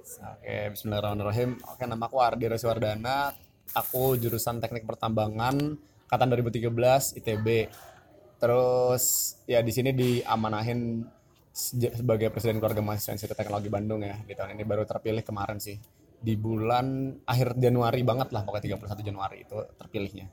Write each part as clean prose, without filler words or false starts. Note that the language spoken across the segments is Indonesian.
Oke, bismillahirrahmanirrahim. Oke, nama aku Ardi Reswardana. Aku jurusan Teknik Pertambangan angkatan 2013 ITB. Terus ya di sini diamanahin sebagai Presiden Keluarga Mahasiswa Institut Teknologi Bandung ya. Di tahun ini baru terpilih kemarin sih. Di bulan akhir Januari banget lah, pokoknya 31 Januari itu terpilihnya.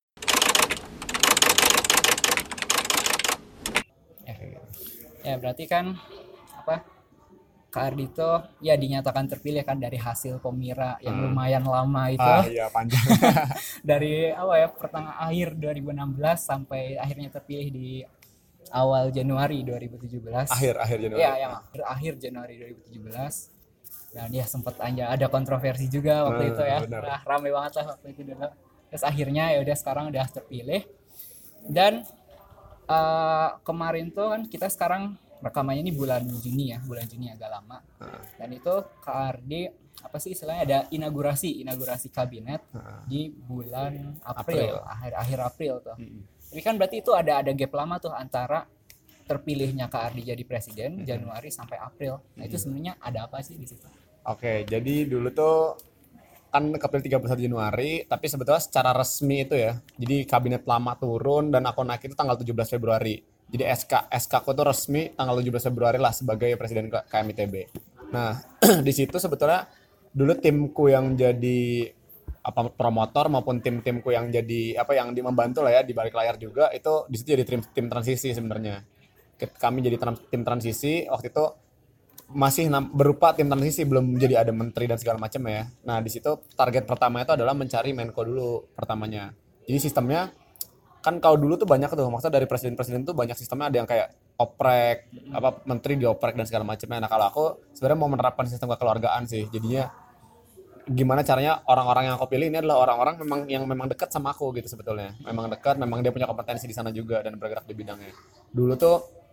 Ya, ya berarti kan apa Kak Ardito ya dinyatakan terpilih kan dari hasil pemira yang lumayan lama itu. Iya panjang. Dari apa ya pertengahan akhir 2016 sampai akhirnya terpilih di awal Januari 2017. akhir Januari. Iya, yang akhir Januari 2017. Dan ya sempat ada kontroversi juga waktu itu ya. Benar. Nah, rame banget lah waktu itu dulu. Terus akhirnya ya udah sekarang udah terpilih. Dan kemarin tuh kan kita sekarang rekamannya ini bulan Juni agak lama. Dan itu Kak Ardi apa sih istilahnya ada inaugurasi kabinet di bulan April. akhir April tuh. Ini kan berarti itu ada gap lama tuh antara terpilihnya Kak Ardi jadi presiden Januari sampai April. Nah, itu sebenarnya ada apa sih di situ? Oke, jadi dulu tuh kan kepilih 31 Januari, tapi sebetulnya secara resmi itu ya. Jadi kabinet lama turun dan aku naik itu tanggal 17 Februari. Jadi SK aku tuh resmi tanggal 17 Februari lah sebagai presiden KMITB. Nah, di situ sebetulnya dulu timku yang jadi promotor maupun tim-timku yang jadi yang membantu lah ya di balik layar juga itu di situ jadi tim transisi sebenarnya. Kami jadi tim transisi waktu itu masih berupa tim transisi, belum jadi ada menteri dan segala macam ya. Nah, di situ target pertama itu adalah mencari Menko dulu pertamanya. Jadi sistemnya kan kalau dulu tuh banyak tuh, maksudnya dari presiden-presiden tuh banyak sistemnya, ada yang kayak oprek, menteri dioprek dan segala macamnya. Nah, kalau aku sebenarnya mau menerapkan sistem kekeluargaan sih. Jadinya gimana caranya orang-orang yang aku pilih ini adalah orang-orang yang memang dekat sama aku gitu sebetulnya. Memang dekat, memang dia punya kompetensi di sana juga dan bergerak di bidangnya. Dulu tuh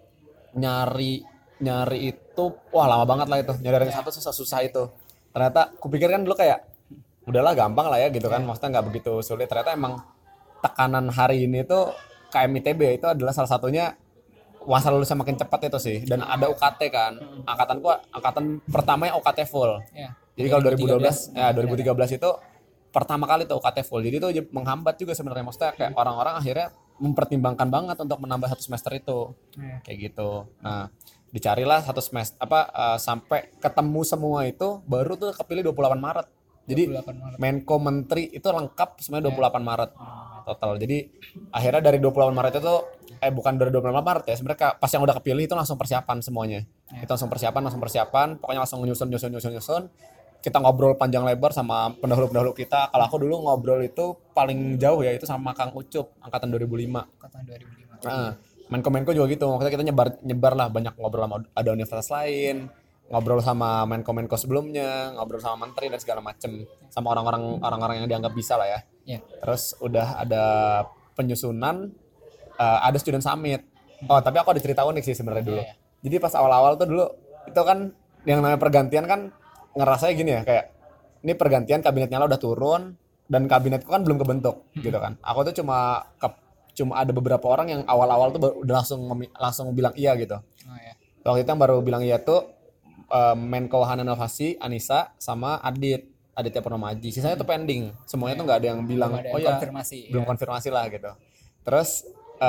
nyari itu lama banget lah itu, nyari yang satu susah itu. Ternyata kupikir kan dulu kayak udahlah gampang lah ya gitu kan, maksudnya nggak begitu sulit. Ternyata emang tekanan hari ini tuh KMITB itu adalah salah satunya masa lulusnya makin cepat itu sih, dan ada UKT kan. Angkatan pertamanya UKT full. Jadi kalau 2013 itu pertama kali tuh UKT full. Jadi itu menghambat juga sebenarnya, maksudnya kayak orang-orang akhirnya mempertimbangkan banget untuk menambah satu semester itu. Kayak gitu. Nah, dicarilah satu semester sampai ketemu semua itu baru tuh kepilih 28 Maret. Jadi 28 Maret. Menko Menteri itu lengkap semuanya 28 Maret total. Jadi akhirnya dari 28 Maret itu bukan dari 28 Maret ya, sebenarnya pas yang udah kepilih itu langsung persiapan semuanya. Itu langsung persiapan, pokoknya langsung nyusun. Kita ngobrol panjang lebar sama pendahulu-pendahulu kita. Kalau aku dulu ngobrol itu paling jauh ya itu sama Kang Ucup angkatan 2005. Nah, Menko juga gitu. Maksudnya kita nyebar lah, banyak ngobrol sama ada universitas lain, ngobrol sama Menko sebelumnya, ngobrol sama menteri dan segala macem, sama orang-orang yang dianggap bisa lah ya. Terus udah ada penyusunan, ada student summit. Tapi aku ada cerita unik sih sebenarnya dulu. Jadi pas awal-awal tuh dulu itu kan yang namanya pergantian kan ngerasanya gini ya, kayak ini pergantian kabinetnya udah turun dan kabinetku kan belum kebentuk gitu kan. Aku tuh cuma ada beberapa orang yang awal-awal tuh udah langsung bilang iya gitu. Waktu itu yang baru bilang iya tuh Menko Hanan Inovasi Anissa sama Aditya Purnomaji. Sisanya tuh pending. Semuanya tuh nggak ada yang bilang belum konfirmasi lah gitu. Terus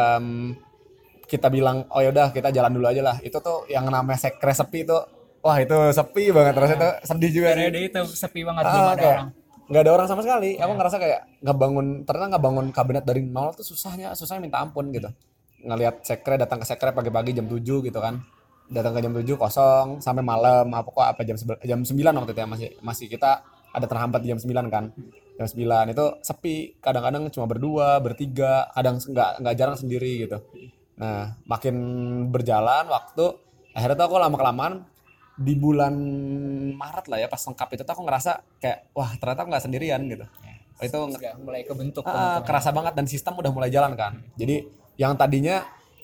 kita bilang yaudah kita jalan dulu aja lah. Itu tuh yang namanya sekre sepi tuh. Wah, itu sepi banget, terus itu sedih juga sih. Itu sepi banget, belum ada orang. Nggak ada orang sama sekali. Aku ngerasa kayak ngebangun kabinet dari nol tuh susahnya minta ampun gitu. Ngelihat sekre, datang ke sekre pagi-pagi jam 7 gitu kan. Datang ke jam 7 kosong sampai malam jam 9 waktu itu ya, masih kita ada terhambat di jam 9 kan. Jam 9 itu sepi, kadang-kadang cuma berdua, bertiga, kadang nggak jarang sendiri gitu. Nah, makin berjalan waktu, akhirnya tuh aku lama-kelamaan di bulan Maret lah ya pas lengkap itu tuh aku ngerasa kayak wah ternyata aku nggak sendirian gitu. Itu mulai kebentuk kerasa banget dan sistem udah mulai jalan kan. Jadi yang tadinya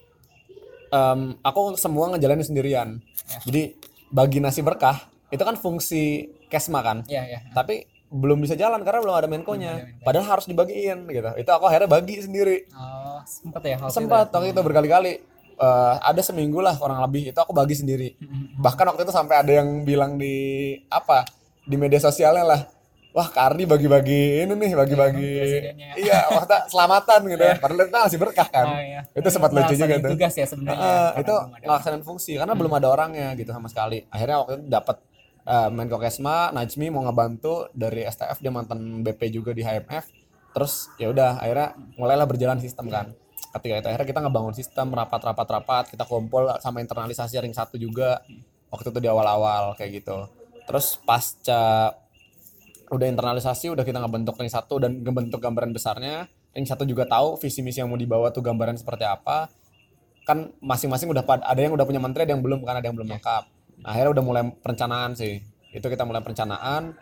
aku semua ngejalanin sendirian. Jadi bagi nasi berkah itu kan fungsi Kesma kan. Tapi belum bisa jalan karena belum ada Menkonya. Padahal harus dibagiin gitu. Itu aku akhirnya bagi sendiri. Sempat ya. Sempat waktu itu berkali-kali. ada seminggu lah kurang lebih itu aku bagi sendiri. Bahkan waktu itu sampai ada yang bilang di media sosialnya lah, wah Kak Ardi bagi-bagi ini nih, bagi-bagi, presidennya. iya maksudnya selamatan gitu ya, padahal itu masih berkah kan. Iya. Itu sempat lucu juga Ngelaksanain tuh. tugas ya sebenarnya karena Itu belum ada. ngelaksanain fungsi karena belum ada orangnya gitu sama sekali. Akhirnya waktu itu dapat Menko Kesma, Najmi mau ngebantu dari STF, dia mantan BP juga di HMF. Terus ya udah akhirnya mulailah berjalan sistem kan. Ketika itu akhirnya kita ngebangun sistem rapat, kita kumpul sama internalisasi ring 1 juga. Waktu itu di awal-awal kayak gitu. Terus pasca udah internalisasi, udah kita ngebentuk ring 1 dan ngebentuk gambaran besarnya. Ring 1 juga tahu visi misi yang mau dibawa tuh gambaran seperti apa. Kan masing-masing ada yang udah punya menteri, ada yang belum, kan ada yang belum lengkap. Nah, akhirnya udah mulai perencanaan sih. Itu kita mulai perencanaan.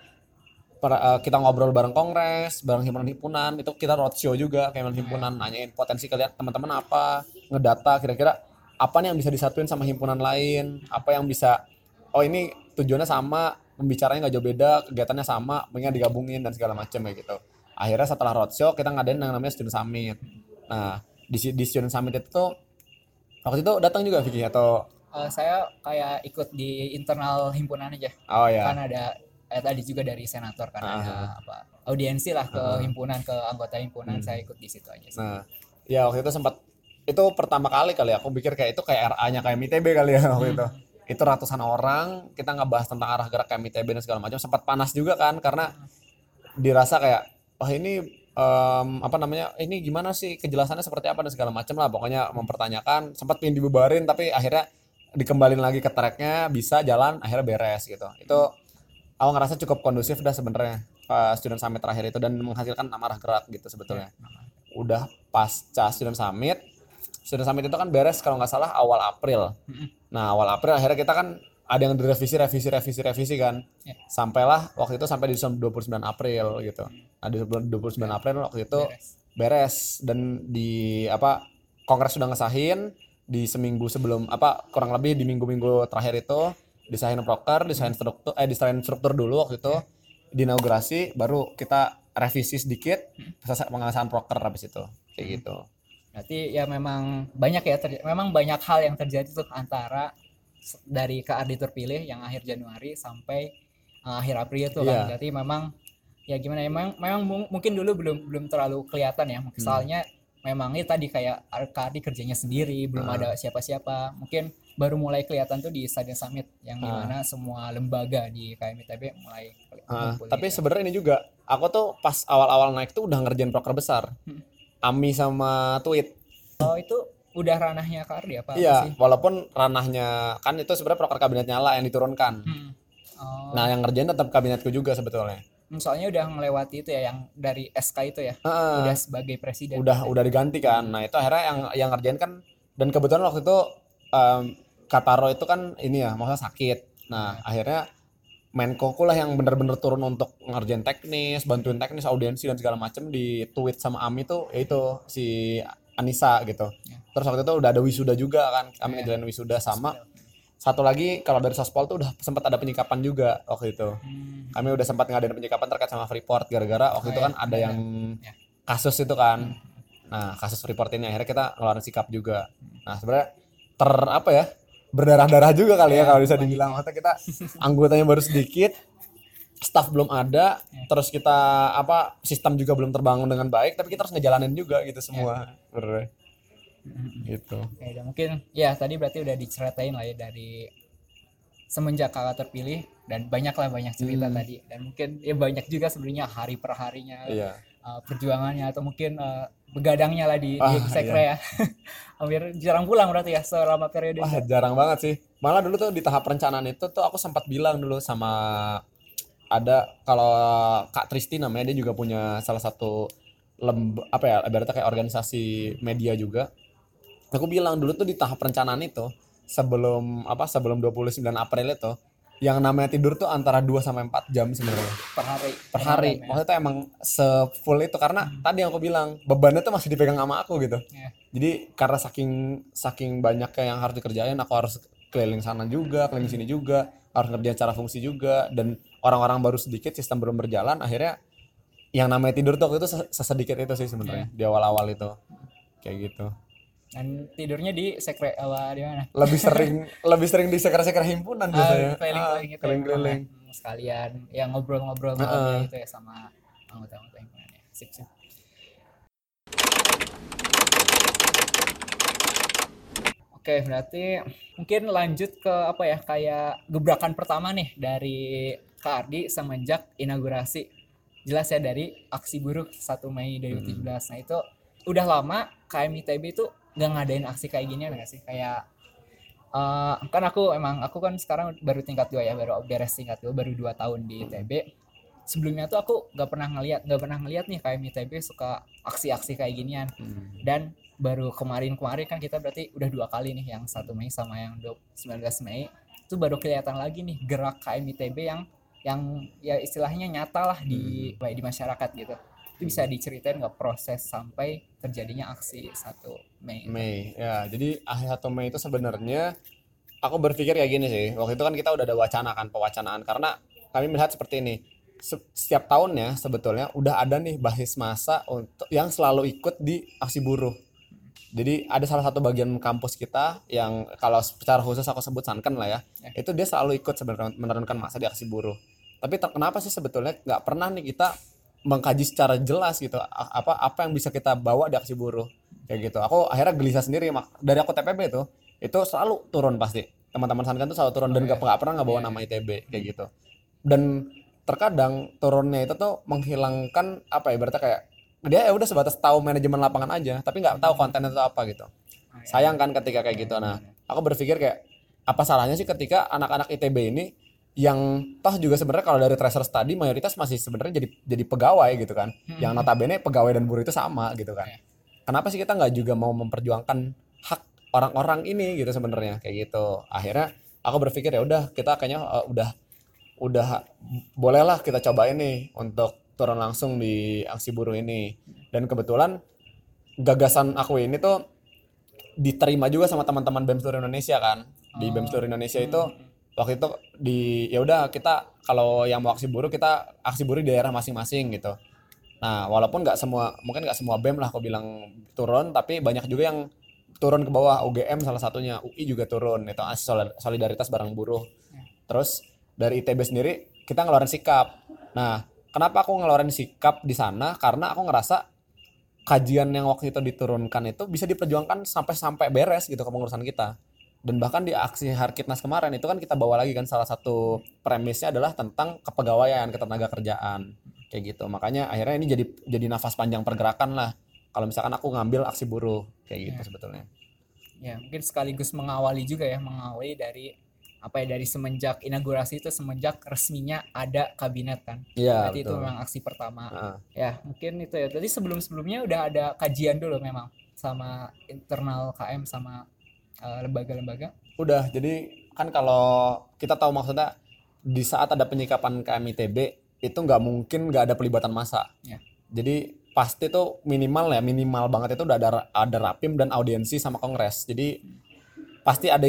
Kita ngobrol bareng kongres, bareng himpunan-himpunan, itu kita roadshow juga kayak himpunan, nanyain potensi kalian teman-teman apa, ngedata kira-kira apa nih yang bisa disatuin sama himpunan lain, apa yang bisa, oh ini tujuannya sama, pembicaranya nggak jauh beda, kegiatannya sama, mendingan digabungin dan segala macam kayak gitu. Akhirnya setelah roadshow kita ngadain yang namanya student summit. Nah di student summit itu tuh waktu itu datang juga Vicky atau Saya kayak ikut di internal himpunan aja. oh ya. Kan ada tadi juga dari senator kan ada apa audiensi lah ke himpunan, ke anggota himpunan, saya ikut di situ aja sih. Nah, ya waktu itu sempat itu pertama kali aku pikir kayak itu kayak RA-nya kayak MITB kali ya waktu itu. Itu ratusan orang, kita ngebahas tentang arah gerak kayak MITB dan segala macam. Sempat panas juga kan karena dirasa kayak wah ini apa namanya? Ini gimana sih kejelasannya seperti apa dan segala macam lah. Pokoknya mempertanyakan, sempat pengen dibubarin tapi akhirnya dikembalin lagi ke tracknya, bisa jalan, akhirnya beres gitu. Itu aku ngerasa cukup kondusif dah sebenarnya student summit terakhir itu dan menghasilkan arah gerak gitu sebetulnya. Udah pasca student summit itu kan beres kalau nggak salah awal April. Nah awal April akhirnya kita kan ada yang direvisi kan. Sampailah waktu itu sampai di 29 April gitu. Nah di 29 April waktu itu beres dan di kongres sudah ngesahin di seminggu sebelum kurang lebih di minggu-minggu terakhir itu desain proker, desain struktur dulu waktu itu, di inaugurasi baru kita revisi sedikit, pengesahan proker habis itu, kayak gitu. Berarti ya memang banyak ya, memang banyak hal yang terjadi tuh antara dari Kak Ardi terpilih yang akhir Januari sampai akhir April itu kan. Berarti memang ya gimana ya, memang mungkin dulu belum terlalu kelihatan ya, soalnya memang ini tadi kayak Kak Ardi kerjanya sendiri, belum ada siapa-siapa, mungkin baru mulai kelihatan tuh di Student Summit yang dimana semua lembaga di KMITB mulai tapi sebenarnya ini juga aku tuh pas awal-awal naik tuh udah ngerjain proker besar, AMI sama tweet. Oh itu udah ranahnya Kak Ardi apa iya sih? Walaupun ranahnya kan itu sebenarnya proker kabinetnya lah yang diturunkan. Nah yang ngerjain tetap kabinetku juga sebetulnya. Soalnya udah melewati itu ya yang dari SK itu ya, udah sebagai presiden udah diganti kan. Nah itu akhirnya yang ngerjain kan, dan kebetulan waktu itu Kataro itu kan ini ya maksudnya sakit. Nah akhirnya Menko lah yang bener-bener turun untuk ngerjain teknis, bantuin teknis, audiensi dan segala macem, di tweet sama Ami tuh yaitu si Anissa gitu. Terus waktu itu udah ada wisuda juga kan, kami ngejalanin wisuda sama satu lagi kalau dari Sospol tuh udah sempat ada penyikapan juga waktu itu. Kami udah sempat ngadain penyikapan terkait sama Freeport gara-gara waktu itu kan ada yang kasus itu kan. Nah kasus Freeport ini akhirnya kita ngeluarin sikap juga. Nah sebenarnya berdarah-darah juga kali ya kalau bisa dibilang. Maksudnya kita anggotanya baru sedikit, staff belum ada, terus kita sistem juga belum terbangun dengan baik, tapi kita harus ngejalanin juga gitu semua. Gitu. Ya, mungkin ya tadi berarti udah diceritain lah ya dari semenjak kakak terpilih, dan banyak cerita tadi, dan mungkin ya banyak juga sebenarnya hari per harinya perjuangannya atau mungkin begadangnya lah di sekre ya. Hampir jarang pulang berarti ya selama periode itu. Jarang banget sih. Malah dulu tuh di tahap perencanaan itu tuh aku sempat bilang dulu sama kalau Kak Tristi namanya, dia juga punya salah satu ibaratnya kayak organisasi media juga. Aku bilang dulu tuh di tahap perencanaan itu sebelum 29 April itu yang namanya tidur tuh antara 2 sampai 4 jam sebenarnya per hari. Maksudnya tuh emang se-full itu karena tadi yang aku bilang bebannya tuh masih dipegang sama aku gitu. Jadi karena saking banyaknya yang harus dikerjain, aku harus keliling sana juga, keliling sini juga, harus ngerjain cara fungsi juga, dan orang-orang baru sedikit, sistem belum berjalan, akhirnya yang namanya tidur tuh waktu itu sesedikit itu sih sebenarnya di awal-awal itu kayak gitu. Dan tidurnya di sekre apa di mana? Lebih sering di sekre-sekre himpunan biasanya. Keliling-keliling itu ya memang ya. Keliling-keliling. Sekalian ya ngobrol-ngobrol malamnya itu ya sama anggota-anggota himpunannya. Sip, sip. Oke, berarti mungkin lanjut ke apa ya, kayak gebrakan pertama nih dari Kak Ardi semenjak inaugurasi. Jelas ya dari aksi buruh 1 Mei 2017. Nah itu udah lama KM ITB itu nggak ngadain aksi kayak ginian nggak sih? Kayak kan aku kan sekarang baru tingkat 2 ya, baru beres tingkat 2, baru 2 tahun di ITB. Sebelumnya tuh aku nggak pernah ngeliat nih KM ITB suka aksi-aksi kayak ginian. Dan baru kemarin kan kita berarti udah 2 kali nih, yang 1 Mei sama yang 19 Mei itu baru kelihatan lagi nih gerak KM ITB yang ya istilahnya nyata lah di masyarakat gitu. Itu bisa diceritain nggak proses sampai terjadinya aksi 1 Mei itu? Mei ya, jadi akhir 1 Mei itu sebenarnya aku berpikir kayak gini sih. Waktu itu kan kita udah ada pewacanaan karena kami melihat seperti ini. Setiap tahunnya sebetulnya udah ada nih basis massa untuk yang selalu ikut di aksi buruh. Jadi ada salah satu bagian kampus kita yang kalau secara khusus aku sebut Sanken lah ya, itu dia selalu ikut sebenarnya menurunkan massa di aksi buruh. Tapi kenapa sih sebetulnya nggak pernah nih kita mengkaji secara jelas gitu apa yang bisa kita bawa di aksi buruh kayak gitu. Aku akhirnya gelisah sendiri dari aku TPB itu selalu turun pasti. Teman-teman Sanken tuh selalu turun dan nggak pernah nggak bawa nama ITB kayak gitu. Dan terkadang turunnya itu tuh menghilangkan apa ya, berarti kayak dia ya udah sebatas tahu manajemen lapangan aja tapi nggak tahu kontennya itu apa gitu. Sayang kan ketika kayak gitu. Nah aku berpikir kayak apa salahnya sih ketika anak-anak ITB ini yang toh juga sebenarnya kalau dari tracer study mayoritas masih sebenarnya jadi pegawai gitu kan, yang notabene pegawai dan buruh itu sama gitu kan. Kenapa sih kita nggak juga mau memperjuangkan hak orang-orang ini gitu sebenarnya kayak gitu. Akhirnya aku berpikir ya udah kita kayaknya udah bolehlah kita cobain nih untuk turun langsung di aksi buruh ini. Dan kebetulan gagasan aku ini tuh diterima juga sama teman-teman BEM seluruh Indonesia kan. Di BEM seluruh Indonesia itu waktu itu ya udah kita kalau yang mau aksi buruh kita aksi buruh di daerah masing-masing gitu. Nah, walaupun mungkin nggak semua BEM lah aku bilang turun, tapi banyak juga yang turun ke bawah. UGM salah satunya, UI juga turun, itu solidaritas bareng buruh. Terus dari ITB sendiri kita ngeluarin sikap. Nah, kenapa aku ngeluarin sikap di sana? Karena aku ngerasa kajian yang waktu itu diturunkan itu bisa diperjuangkan sampai beres gitu kepengurusan kita. Dan bahkan di aksi Harkitnas kemarin itu kan kita bawa lagi kan, salah satu premisnya adalah tentang kepegawaian, ketenaga kerjaan kayak gitu. Makanya akhirnya ini jadi nafas panjang pergerakan lah kalau misalkan aku ngambil aksi buruh kayak gitu sebetulnya. Ya mungkin sekaligus mengawali dari apa ya, dari semenjak inaugurasi itu, semenjak resminya ada kabinet kan. Iya, Berarti itu betul. memang aksi pertama. Ya mungkin itu ya. Jadi sebelum-sebelumnya udah ada kajian dulu memang sama internal KM sama lembaga-lembaga. Udah, jadi kan kalau kita tahu maksudnya di saat ada penyikapan KM ITB itu nggak mungkin nggak ada pelibatan massa. Ya. Jadi pasti tuh minimal banget itu udah ada rapim dan audiensi sama kongres. Jadi pasti ada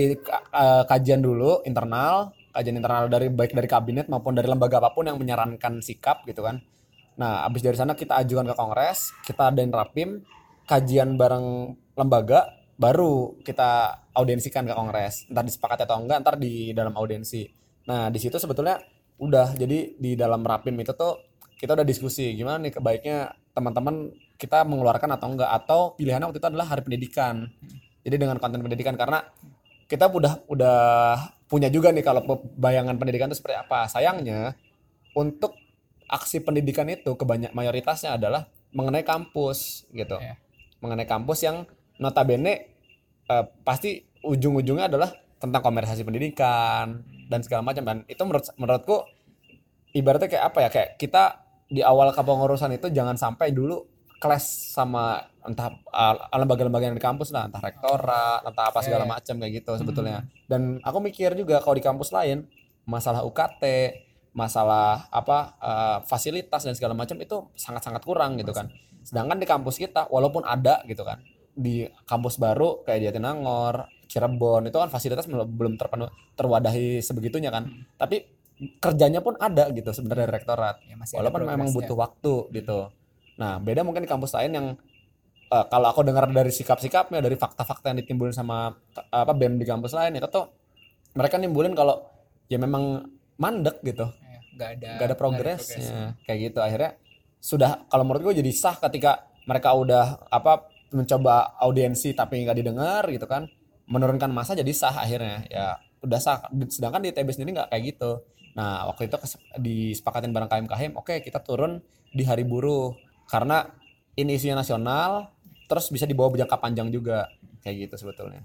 kajian dulu kajian internal baik dari kabinet maupun dari lembaga apapun yang menyarankan sikap gitu kan. Nah, abis dari sana kita ajukan ke kongres, kita adain rapim, kajian bareng lembaga, baru kita audiensikan ke kongres. Ntar disepakati atau enggak, ntar di dalam audiensi. Nah, di situ sebetulnya udah, jadi di dalam rapim itu tuh kita udah diskusi gimana nih kebaiknya teman-teman kita mengeluarkan atau enggak, atau pilihannya waktu itu adalah hari pendidikan. Jadi dengan konten pendidikan, karena kita udah punya juga nih kalau bayangan pendidikan itu seperti apa. Sayangnya untuk aksi pendidikan itu mayoritasnya adalah mengenai kampus gitu. Mengenai kampus yang notabene pasti ujung-ujungnya adalah tentang komersialisasi pendidikan dan segala macam. Dan itu menurutku ibaratnya kayak apa ya, kayak kita di awal kepengurusan itu jangan sampai dulu kelas sama entah lembaga-lembaga yang di kampus lah, entah rektorat, entah apa segala macam kayak gitu sebetulnya. Dan aku mikir juga kalau di kampus lain masalah UKT, masalah apa fasilitas dan segala macam itu sangat-sangat kurang gitu kan. Sedangkan di kampus kita walaupun ada gitu kan, di kampus baru kayak di Jatinangor, Cirebon itu kan fasilitas belum terwadahi sebegitunya kan. Tapi kerjanya pun ada gitu sebenarnya dari rektorat. Ya, masih walaupun memang butuh waktu gitu. Nah, beda mungkin di kampus lain yang kalau aku dengar dari sikap-sikapnya, dari fakta-fakta yang ditimbulin sama BEM di kampus lain itu tuh mereka nimbulin kalau ya memang mandek gitu, nggak ada progresnya kayak gitu. Akhirnya sudah, kalau menurut gue jadi sah ketika mereka udah mencoba audiensi tapi nggak didengar gitu kan, menurunkan massa jadi sah akhirnya ya udah sah. Sedangkan di ITB sendiri nggak kayak gitu. Nah waktu itu disepakatin bareng KMKM, oke kita turun di hari buruh karena ini isunya nasional, terus bisa dibawa jangka panjang juga kayak gitu sebetulnya.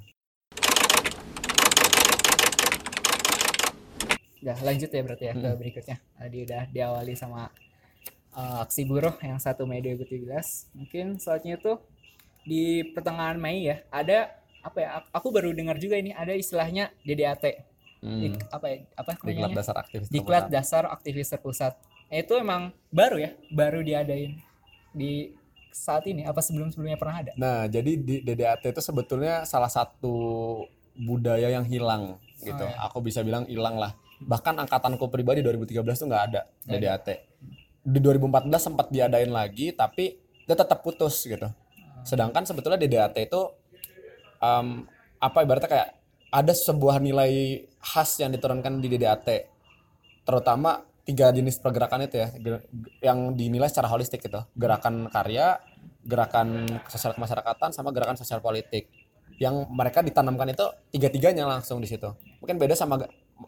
Udah lanjut ya berarti ya ke berikutnya. Tadi udah diawali sama aksi buruh yang 1 Mei 2017. Mungkin selanjutnya tuh di pertengahan Mei ya ada aku baru dengar juga ini ada istilahnya DDAT. Diklat dasar aktivis Diklat dasar aktivis terpusat. Itu emang baru diadain di saat ini, apa sebelumnya pernah ada? Nah, jadi di DDAT itu sebetulnya salah satu budaya yang hilang gitu. Ya. Aku bisa bilang hilang lah. Bahkan angkatanku pribadi 2013 tuh nggak ada DDAT. Di 2014 sempat diadain lagi, tapi dia tetap putus gitu. Sedangkan sebetulnya DDAT itu ibaratnya kayak ada sebuah nilai khas yang diturunkan di DDAT. Terutama 3 jenis pergerakan itu ya, yang dinilai secara holistik gitu. Gerakan karya, gerakan sosial kemasyarakatan, sama gerakan sosial politik. Yang mereka ditanamkan itu 3-tiganya langsung di situ. Mungkin beda sama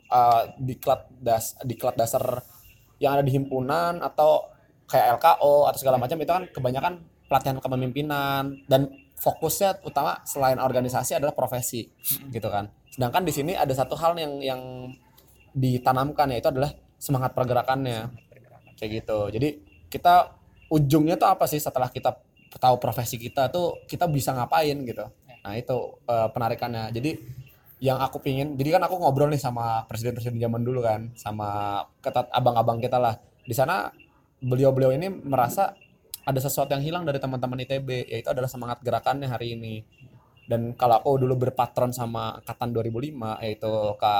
diklat dasar yang ada di himpunan atau kayak LKO atau segala macam, itu kan kebanyakan pelatihan kepemimpinan dan fokusnya utama selain organisasi adalah profesi gitu kan. Sedangkan di sini ada satu hal yang ditanamkan, yaitu adalah semangat pergerakannya kayak gitu. Jadi kita ujungnya tuh apa sih setelah kita tahu profesi kita tuh kita bisa ngapain gitu. Nah itu penarikannya. Jadi yang aku pingin, jadi kan aku ngobrol nih sama presiden-presiden zaman dulu kan, sama abang-abang kita lah di sana. Beliau-beliau ini merasa ada sesuatu yang hilang dari teman-teman ITB, yaitu adalah semangat gerakannya hari ini. Dan kalau aku dulu berpatron sama angkatan 2005, yaitu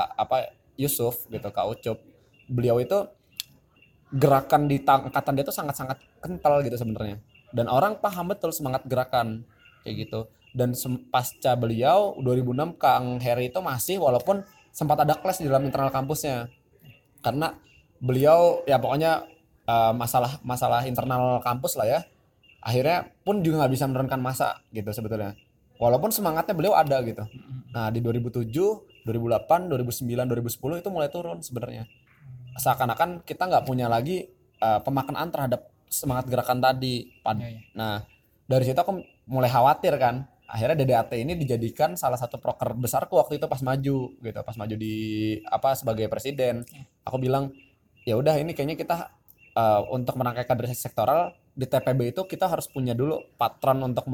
Yusuf gitu, Kak Ucup, beliau itu gerakan di angkatan dia tuh sangat-sangat kental gitu sebenarnya, dan orang paham betul semangat gerakan kayak gitu. Dan pasca beliau 2006 Kang Heri itu masih, walaupun sempat ada clash di dalam internal kampusnya karena beliau ya pokoknya masalah internal kampus lah ya, akhirnya pun juga nggak bisa menurunkan massa gitu sebetulnya, walaupun semangatnya beliau ada gitu. Nah di 2007, 2008, 2009, 2010 itu mulai turun sebenarnya. Seakan-akan kita nggak punya lagi pemaknaan terhadap semangat gerakan tadi. Nah dari situ aku mulai khawatir kan. Akhirnya DDAT ini dijadikan salah satu proker besarku waktu itu pas maju di sebagai presiden. Aku bilang ya udah, ini kayaknya kita untuk merangkai kaderisasi sektoral di TPB itu kita harus punya dulu patron untuk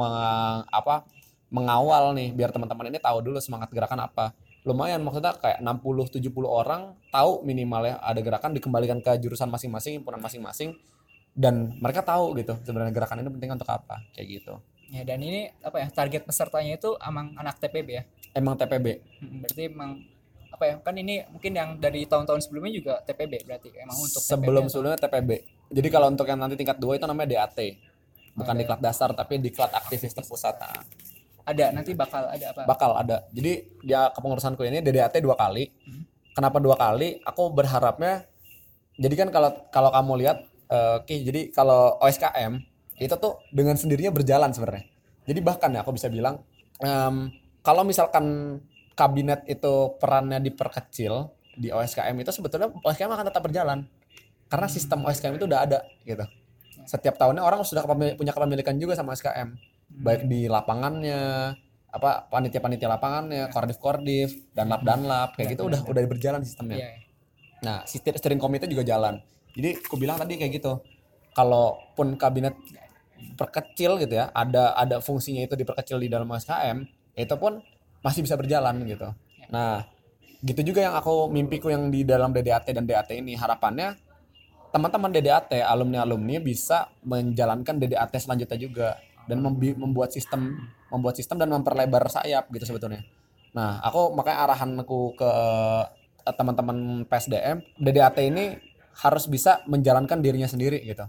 mengawal nih, biar teman-teman ini tahu dulu semangat gerakan apa. Lumayan, maksudnya kayak 60-70 orang tahu minimal ya ada gerakan, dikembalikan ke jurusan masing-masing, himpunan masing-masing, dan mereka tahu gitu sebenarnya gerakan ini penting untuk apa kayak gitu. Ya, dan ini target pesertanya itu emang anak TPB ya? Emang TPB. Berarti emang kan ini mungkin yang dari tahun-tahun sebelumnya juga TPB berarti emang untuk sebelumnya TPB. Jadi kalau untuk yang nanti tingkat 2 itu namanya DAT. Bukan diklat dasar tapi diklat aktivis terpusat. Ada nanti bakal ada apa? Bakal ada. Jadi dia kepengurusanku ini DDAT 2 kali. Kenapa 2 kali? Aku berharapnya, jadi kan kalau kamu lihat jadi kalau OSKM itu tuh dengan sendirinya berjalan sebenarnya. Jadi bahkan ya aku bisa bilang kalau misalkan kabinet itu perannya diperkecil di OSKM itu, sebetulnya OSKM akan tetap berjalan karena sistem OSKM itu udah ada gitu. Setiap tahunnya orang sudah punya kepemilikan juga sama OSKM, baik di lapangannya, panitia-panitia lapangannya, kordif dan lap kayak gitu udah berjalan sistemnya. Nah steering committee juga jalan. Jadi aku bilang tadi kayak gitu, kalaupun kabinet perkecil gitu ya, ada fungsinya itu diperkecil di dalam OSKM, itu pun masih bisa berjalan gitu. Nah gitu juga yang aku mimpiku yang di dalam DDAT dan DAT ini, harapannya teman-teman DDAT, alumni bisa menjalankan DDAT selanjutnya juga, dan membuat sistem dan memperlebar sayap gitu sebetulnya. Nah aku makanya arahanku ke teman-teman PSDM, DDAT ini harus bisa menjalankan dirinya sendiri gitu.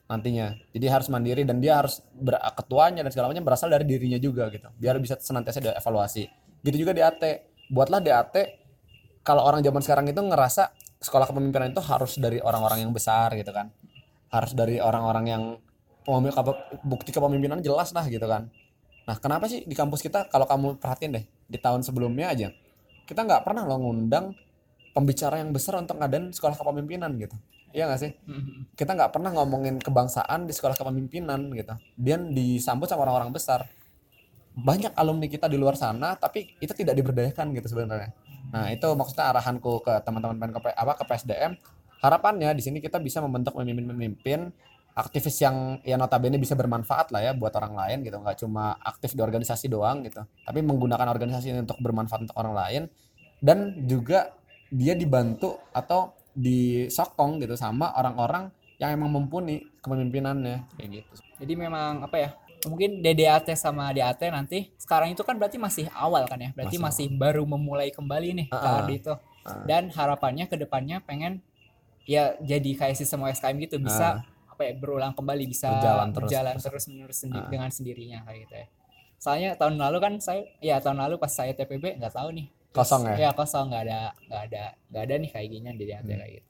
nantinya. Jadi harus mandiri dan dia harus ketuanya dan segala macam berasal dari dirinya juga gitu. Biar bisa senantiasa dievaluasi. Gitu juga DAT. Buatlah DAT kalau orang zaman sekarang itu ngerasa sekolah kepemimpinan itu harus dari orang-orang yang besar gitu kan. Harus dari orang-orang yang bukti kepemimpinan jelas lah gitu kan. Nah, kenapa sih di kampus kita kalau kamu perhatiin deh di tahun sebelumnya aja kita nggak pernah lo ngundang pembicara yang besar untuk ngadain sekolah kepemimpinan gitu. Iya nggak sih? Kita nggak pernah ngomongin kebangsaan di sekolah kepemimpinan gitu. Dan disambut sama orang-orang besar. Banyak alumni kita di luar sana, tapi itu tidak diberdayakan gitu sebenarnya. Nah itu maksudnya arahanku ke teman-teman ke PSDM. Harapannya di sini kita bisa membentuk pemimpin-pemimpin aktivis yang ya notabene bisa bermanfaat lah ya buat orang lain gitu, nggak cuma aktif di organisasi doang gitu, tapi menggunakan organisasi ini untuk bermanfaat untuk orang lain dan juga dia dibantu atau disokong gitu sama orang-orang yang emang mumpuni kepemimpinannya kayak gitu. Jadi memang apa ya? Mungkin DDAT sama DAT nanti sekarang itu kan berarti masih awal kan ya? Berarti masih baru memulai kembali nih KRD itu. Dan harapannya ke depannya pengen ya jadi kayak sistem OSKM gitu bisa apa ya berulang kembali, bisa berjalan terus menerus dengan sendirinya kayak gitu ya. Soalnya tahun lalu kan tahun lalu pas saya TPB nggak tahu nih. Kosong ya? Ya kosong, nggak ada nih kayak gini di DAT kayak gitu.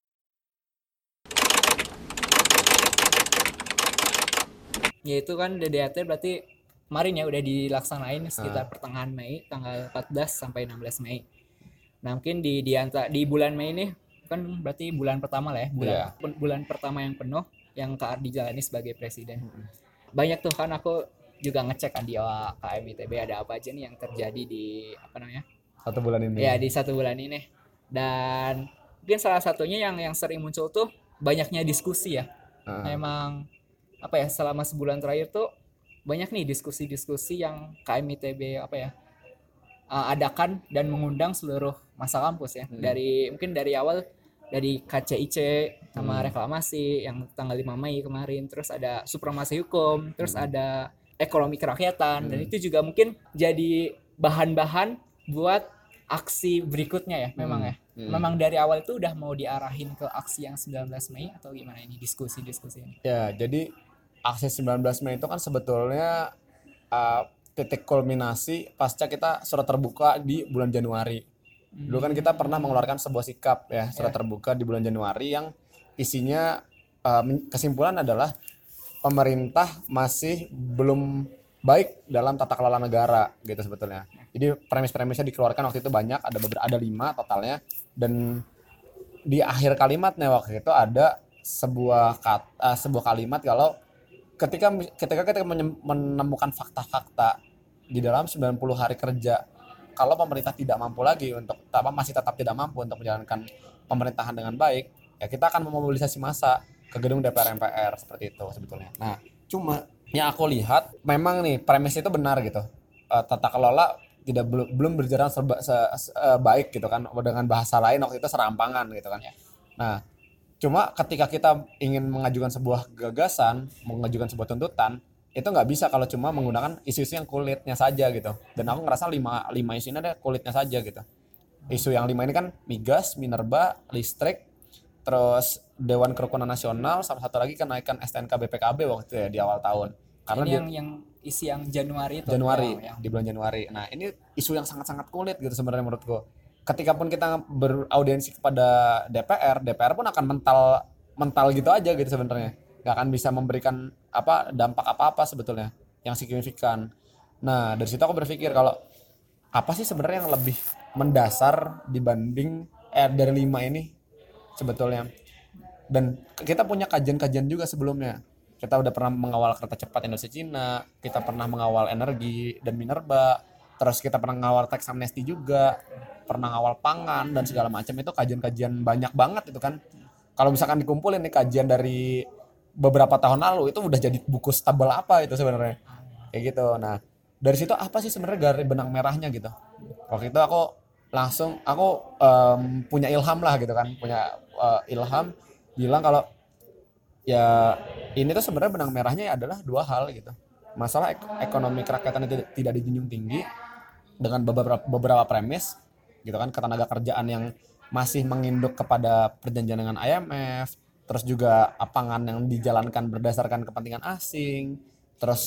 Ya itu kan DDAT berarti kemarin ya udah dilaksanain sekitar pertengahan Mei tanggal 14 sampai 16 Mei. Nah mungkin di bulan Mei ini kan berarti bulan pertama lah ya, bulan pertama yang penuh yang KR dijalani sebagai presiden. Banyak tuh kan aku juga ngecek kan di KM ITB ada apa aja nih yang terjadi di apa namanya? 1 bulan ini. Ya di 1 bulan ini. Dan mungkin salah satunya yang sering muncul tuh banyaknya diskusi ya. Emang apa ya selama sebulan terakhir tuh banyak nih diskusi-diskusi yang KM ITB apa ya adakan dan mengundang seluruh masa kampus ya. Mungkin dari awal dari KCIC sama reklamasi yang tanggal 5 Mei kemarin, terus ada supremasi hukum, terus ada ekonomi kerakyatan dan itu juga mungkin jadi bahan-bahan buat aksi berikutnya ya memang ya. Memang dari awal itu udah mau diarahin ke aksi yang 19 Mei atau gimana ini diskusi-diskusi ini? Ya, jadi aksi 19 Mei itu kan sebetulnya titik kulminasi pasca kita surat terbuka di bulan Januari. Dulu kan kita pernah mengeluarkan sebuah sikap ya, surat terbuka di bulan Januari yang isinya kesimpulan adalah pemerintah masih belum baik dalam tata kelola negara gitu sebetulnya. Jadi premis-premisnya dikeluarkan waktu itu banyak, ada 5 totalnya dan di akhir kalimatnya waktu itu ada sebuah kalimat kalau ketika kita menemukan fakta-fakta di dalam 90 hari kerja kalau pemerintah tidak mampu lagi masih tetap tidak mampu untuk menjalankan pemerintahan dengan baik, ya kita akan memobilisasi massa ke gedung DPR MPR seperti itu sebetulnya. Nah, cuma yang aku lihat memang nih premis itu benar gitu. Tata kelola belum berjalan baik gitu kan, dengan bahasa lain waktu itu serampangan gitu kan. Nah, cuma ketika kita ingin mengajukan sebuah gagasan, mengajukan sebuah tuntutan, itu nggak bisa kalau cuma menggunakan isu-isu yang kulitnya saja gitu. Dan aku ngerasa 5 isu ini ada kulitnya saja gitu. Isu yang 5 ini kan migas, minerba, listrik, terus Dewan Kerukunan Nasional, sama satu lagi kenaikan STNK BPKB waktu itu ya di awal tahun. Karena yang isi yang Januari itu. Di bulan Januari. Nah ini isu yang sangat-sangat kulit gitu sebenarnya menurutku. Ketika pun kita beraudiensi kepada DPR pun akan mental gitu aja gitu sebenarnya. Nggak akan bisa memberikan dampak apa-apa sebetulnya yang signifikan. Nah dari situ aku berpikir kalau apa sih sebenarnya yang lebih mendasar dibanding dari 5 ini sebetulnya. Dan kita punya kajian-kajian juga sebelumnya. Kita udah pernah mengawal kereta cepat Indonesia Cina, kita pernah mengawal energi dan minerba, terus kita pernah mengawal tax amnesty juga, pernah mengawal pangan dan segala macam. Itu kajian-kajian banyak banget itu kan. Kalau misalkan dikumpulin nih kajian dari beberapa tahun lalu itu udah jadi buku tebal apa itu sebenarnya kayak gitu. Nah dari situ apa sih sebenarnya garis benang merahnya gitu. Waktu itu aku punya ilham lah gitu kan, punya ilham bilang kalau ya ini tuh sebenarnya benang merahnya ya adalah 2 hal gitu. Masalah ekonomi kerakyatan itu tidak dijunjung tinggi dengan beberapa premis gitu kan, ketenaga kerjaan yang masih menginduk kepada perjanjian dengan IMF, terus juga pangan yang dijalankan berdasarkan kepentingan asing, terus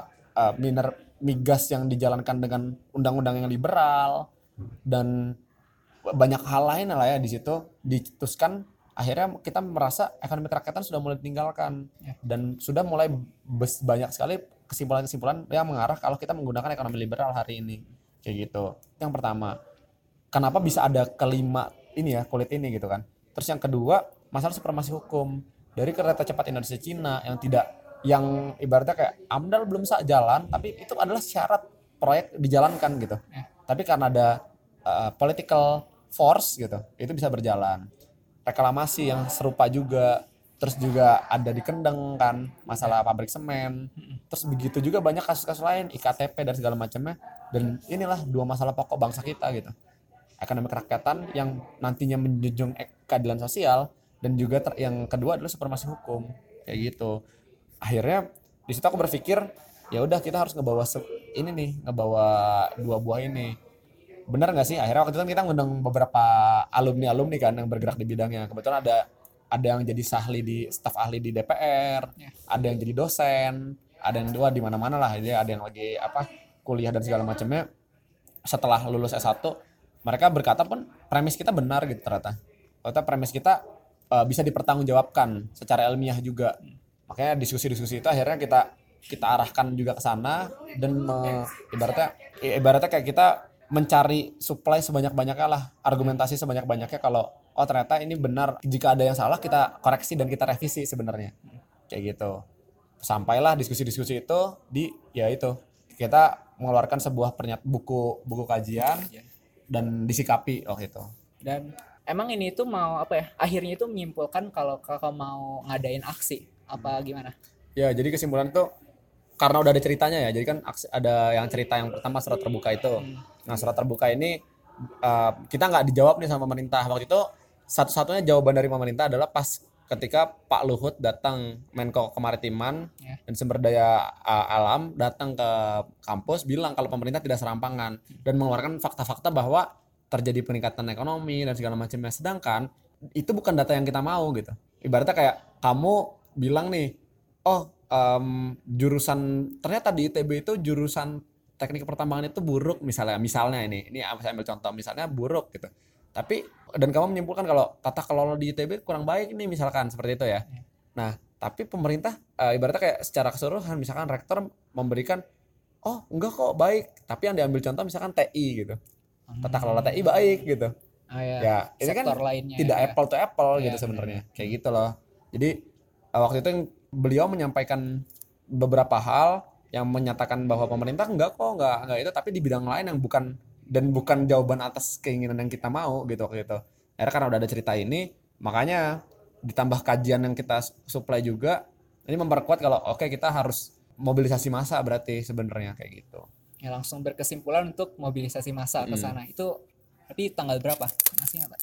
migas yang dijalankan dengan undang-undang yang liberal, dan banyak hal lain lah ya di situ dicetuskan. Akhirnya kita merasa ekonomi kerakyatan sudah mulai ditinggalkan dan sudah mulai banyak sekali kesimpulan-kesimpulan yang mengarah kalau kita menggunakan ekonomi liberal hari ini kayak gitu. Yang pertama, kenapa bisa ada kelima ini ya, kulit ini gitu kan. Terus yang kedua, masalah supremasi hukum dari kereta cepat Indonesia Cina yang ibaratnya kayak AMDAL belum sah jalan, tapi itu adalah syarat proyek dijalankan gitu. Tapi karena ada political force gitu, itu bisa berjalan. Reklamasi yang serupa juga, terus juga ada di Kendeng kan masalah pabrik semen, terus begitu juga banyak kasus-kasus lain, IKTP dan segala macamnya. Dan inilah dua masalah pokok bangsa kita gitu, ekonomi kerakyatan yang nantinya menjunjung keadilan sosial, dan juga yang kedua adalah supremasi hukum kayak gitu. Akhirnya di situ aku berpikir ya udah kita harus ngebawa dua buah ini. Benar nggak sih? Akhirnya waktu itu kan kita ngundang beberapa alumni kan yang bergerak di bidangnya. Kebetulan ada yang jadi staf ahli di DPR, ada yang jadi dosen, ada yang dua di mana-mana lah. Jadi ada yang lagi kuliah dan segala macamnya. Setelah lulus S1, mereka berkata pun premis kita benar gitu ternyata. Ternyata premis kita bisa dipertanggungjawabkan secara ilmiah juga. Makanya diskusi-diskusi itu akhirnya kita arahkan juga ke sana, dan ibaratnya kayak kita mencari supply sebanyak-banyaknya lah, argumentasi sebanyak-banyaknya kalau ternyata ini benar, jika ada yang salah kita koreksi dan kita revisi sebenarnya kayak gitu. Sampailah diskusi-diskusi itu kita mengeluarkan sebuah buku kajian dan disikapi itu. Dan emang ini tuh mau akhirnya itu menyimpulkan kalau kakak mau ngadain aksi apa gimana? Ya, jadi kesimpulan itu karena udah ada ceritanya ya. Jadi kan ada yang cerita yang pertama surat terbuka itu. Nah, surat terbuka ini kita nggak dijawab nih sama pemerintah. Waktu itu satu-satunya jawaban dari pemerintah adalah pas ketika Pak Luhut datang, Menko Kemaritiman dan Sumber Daya Alam, datang ke kampus bilang kalau pemerintah tidak serampangan dan mengeluarkan fakta-fakta bahwa terjadi peningkatan ekonomi dan segala macamnya. Sedangkan itu bukan data yang kita mau gitu. Ibaratnya kayak kamu bilang nih, jurusan ternyata di ITB itu jurusan teknik pertambangan itu buruk misalnya ini saya ambil contoh misalnya buruk gitu. Tapi dan kamu menyimpulkan kalau tata kelola di ITB kurang baik nih misalkan seperti itu ya. Nah, tapi pemerintah ibaratnya kayak secara keseluruhan misalkan rektor memberikan enggak kok baik, tapi yang diambil contoh misalkan TI gitu. Tata kelola TI baik gitu. Ya, ini kan lainnya, tidak apple to apple gitu sebenarnya. Kayak gitu loh. Jadi waktu itu beliau menyampaikan beberapa hal yang menyatakan bahwa pemerintah enggak itu, tapi di bidang lain yang bukan jawaban atas keinginan yang kita mau gitu waktu itu. Akhirnya karena udah ada cerita ini, makanya ditambah kajian yang kita supply juga, ini memperkuat kalau kita harus mobilisasi massa berarti sebenarnya kayak gitu. Ya langsung berkesimpulan untuk mobilisasi massa ke sana. Itu tapi tanggal berapa? Masih nggak, Pak?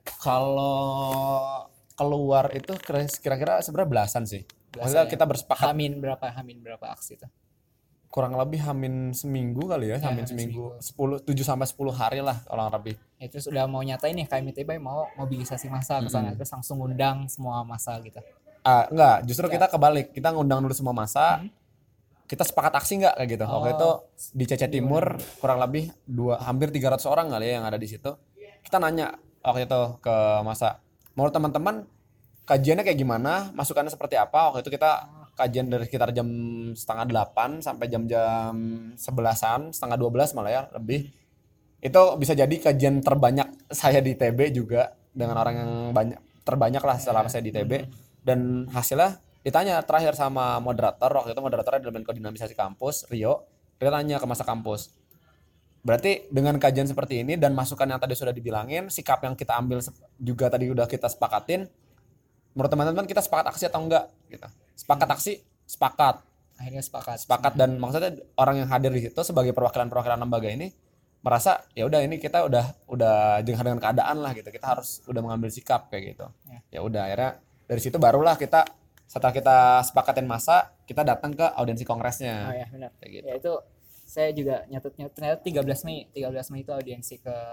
Kalau keluar itu kira-kira sebenarnya belasan sih. Maksudnya kita bersepakat Hamin berapa aksi itu? Kurang lebih hamin seminggu kali ya, hamin seminggu. 7 sampai 10 hari lah kurang lebih. Itu sudah mau nyatain nih KMITB mau mobilisasi massa ke sana, terus langsung ngundang semua massa gitu. Enggak, justru kita kebalik. Kita ngundang dulu semua massa. Kita sepakat aksi enggak kayak gitu. Waktu itu di Cece Timur kurang lebih hampir 300 orang kali ya yang ada di situ. Kita nanya waktu itu ke massa, menurut teman-teman kajiannya kayak gimana, masukannya seperti apa. Waktu itu kita kajian dari sekitar jam 7:30 sampai jam-jam 11-an, 11:30 malah ya lebih. Itu bisa jadi kajian terbanyak saya di TB juga, dengan orang yang terbanyak lah selama saya di TB. Dan hasilnya ditanya terakhir sama moderator, waktu itu moderatornya adalah Menko Dinamisasi Kampus Rio. Dia tanya ke masa kampus, berarti dengan kajian seperti ini dan masukan yang tadi sudah dibilangin, sikap yang kita ambil juga tadi udah kita sepakatin, menurut teman-teman kita sepakat aksi atau enggak gitu. Sepakat aksi, sepakat. Akhirnya sepakat. Dan maksudnya orang yang hadir di situ sebagai perwakilan lembaga ini merasa ya udah ini kita udah jengah dengan keadaan lah gitu. Kita harus udah mengambil sikap kayak gitu. Ya udah akhirnya dari situ barulah kita setelah kita sepakatin masa, kita datang ke audiensi kongresnya. Oh ya benar. Kayak gitu. Ya itu saya juga nyatet ternyata 13 Mei itu audiensi ke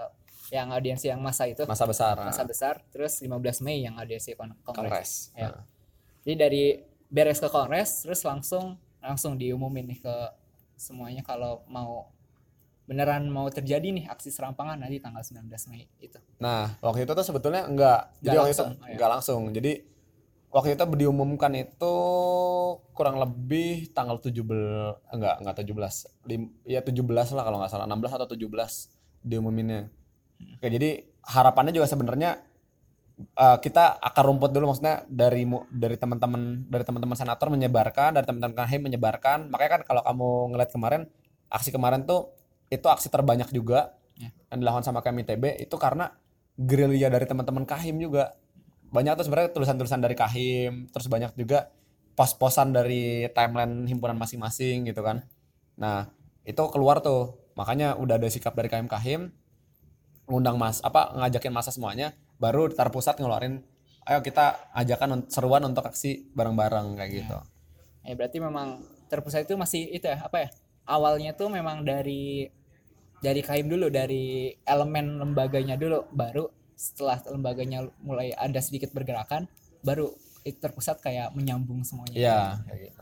yang audiensi yang masa itu, masa besar. masa besar. Terus 15 Mei yang audiensi kongres. Kongres. Ya. Jadi dari beres ke kongres terus langsung diumumin nih ke semuanya kalau beneran mau terjadi nih aksi serampangan nanti tanggal 19 Mei itu. Nah, waktu itu tuh sebetulnya enggak. Jadi waktu itu enggak langsung. Jadi waktu itu diumumkan itu kurang lebih tanggal 17, enggak 17. Ya 17 lah kalau nggak salah, 16 atau 17 diumuminnya. Oke, jadi harapannya juga sebenarnya kita akar rumput dulu, maksudnya dari teman-teman senator menyebarkan, dari teman-teman Kahim menyebarkan. Makanya kan kalau kamu ngeliat kemarin aksi kemarin tuh itu aksi terbanyak juga yang dilakukan sama KMITB itu karena gerilya dari teman-teman Kahim juga. Banyak tuh sebenarnya tulisan-tulisan dari Kahim, terus banyak juga pos-posan dari timeline himpunan masing-masing gitu kan. Nah, itu keluar tuh. Makanya udah ada sikap dari Kahim ngundang ngajakin masa semuanya, baru Tar Pusat ngeluarin ayo kita ajakan seruan untuk aksi bareng-bareng kayak gitu. Berarti memang Terpusat itu masih itu ya, apa ya? Awalnya tuh memang dari Kahim dulu, dari elemen lembaganya dulu, baru setelah lembaganya mulai ada sedikit bergerakan, baru itu Terpusat kayak menyambung semuanya. Iya, kayak gitu.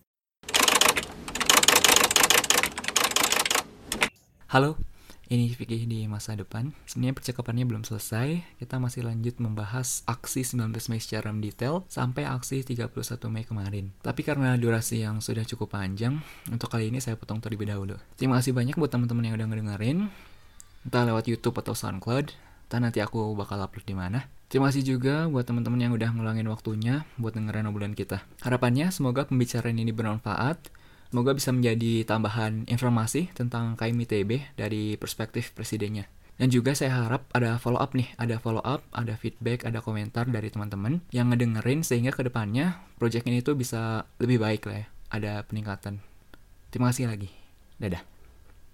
Halo, ini Vicky di masa depan. Sebenarnya percakapannya belum selesai. Kita masih lanjut membahas aksi 19 Mei secara detail sampai aksi 31 Mei kemarin. Tapi karena durasi yang sudah cukup panjang, untuk kali ini saya potong terlebih dahulu. Terima kasih banyak buat teman-teman yang udah ngedengerin, entah lewat YouTube atau SoundCloud. Entah nanti aku bakal upload di mana. Terima kasih juga buat teman-teman yang udah ngeluangin waktunya buat dengerin obrolan kita. Harapannya semoga pembicaraan ini bermanfaat. Semoga bisa menjadi tambahan informasi tentang KMITB dari perspektif presidennya. Dan juga saya harap ada follow up, ada feedback, ada komentar dari teman-teman yang ngedengerin sehingga kedepannya project ini tuh bisa lebih baik lah ya, ada peningkatan. Terima kasih lagi. Dadah.